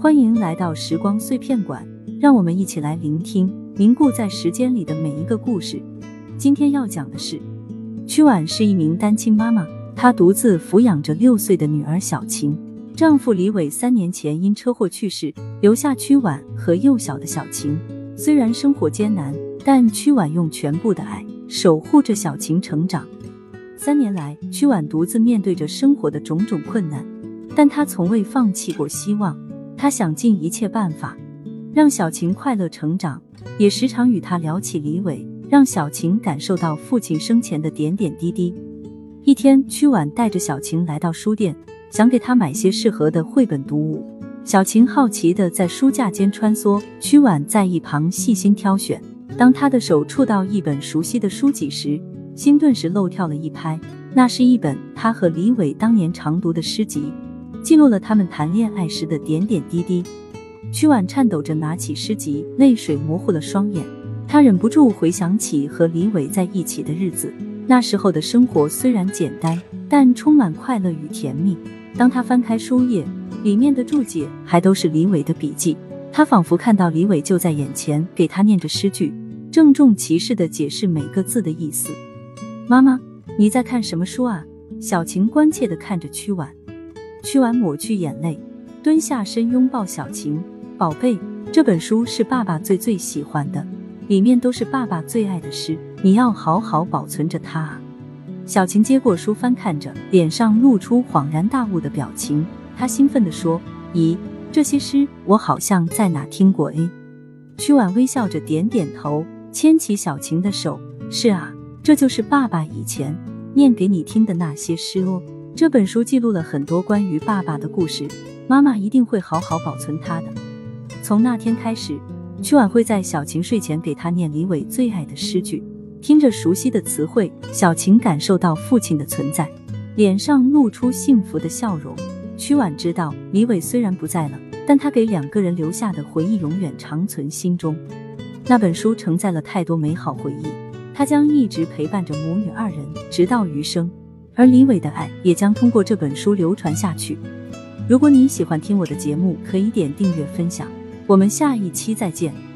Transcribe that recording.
欢迎来到时光碎片馆，让我们一起来聆听凝固在时间里的每一个故事。今天要讲的是，曲婉是一名单亲妈妈，她独自抚养着6岁的女儿小晴。丈夫李伟3年前因车祸去世，留下曲婉和幼小的小晴。虽然生活艰难，但曲婉用全部的爱守护着小晴成长。3年来，曲婉独自面对着生活的种种困难，但她从未放弃过希望。她想尽一切办法让小晴快乐成长，也时常与她聊起李伟，让小晴感受到父亲生前的点点滴滴。一天，曲婉带着小晴来到书店，想给她买些适合的绘本读物。小晴好奇地在书架间穿梭，曲婉在一旁细心挑选。当她的手触到一本熟悉的书籍时，心顿时漏跳了一拍。那是一本她和李伟当年常读的诗集，记录了他们谈恋爱时的点点滴滴。曲婉颤抖着拿起诗集，泪水模糊了双眼。她忍不住回想起和李伟在一起的日子，那时候的生活虽然简单，但充满快乐与甜蜜。当她翻开书页，里面的注解还都是李伟的笔记。她仿佛看到李伟就在眼前，给她念着诗句，郑重其事地解释每个字的意思。妈妈，你在看什么书啊？小晴关切地看着曲婉。曲婉抹去眼泪，蹲下身拥抱小晴。宝贝，这本书是爸爸最喜欢的，里面都是爸爸最爱的诗，你要好好保存着它啊。小晴接过书翻看着，脸上露出恍然大悟的表情。她兴奋地说，咦，这些诗我好像在哪听过诶。曲婉微笑着点点头，牵起小晴的手，是啊，这就是爸爸以前念给你听的那些诗哦。这本书记录了很多关于爸爸的故事，妈妈一定会好好保存它的。从那天开始，曲婉会在小晴睡前给她念李伟最爱的诗句，听着熟悉的词汇，小晴感受到父亲的存在，脸上露出幸福的笑容。曲婉知道李伟虽然不在了，但他给2个人留下的回忆永远长存心中。那本书承载了太多美好回忆，它将一直陪伴着母女2人直到余生，而李伟的爱也将通过这本书流传下去。如果你喜欢听我的节目，可以点订阅分享，我们下一期再见。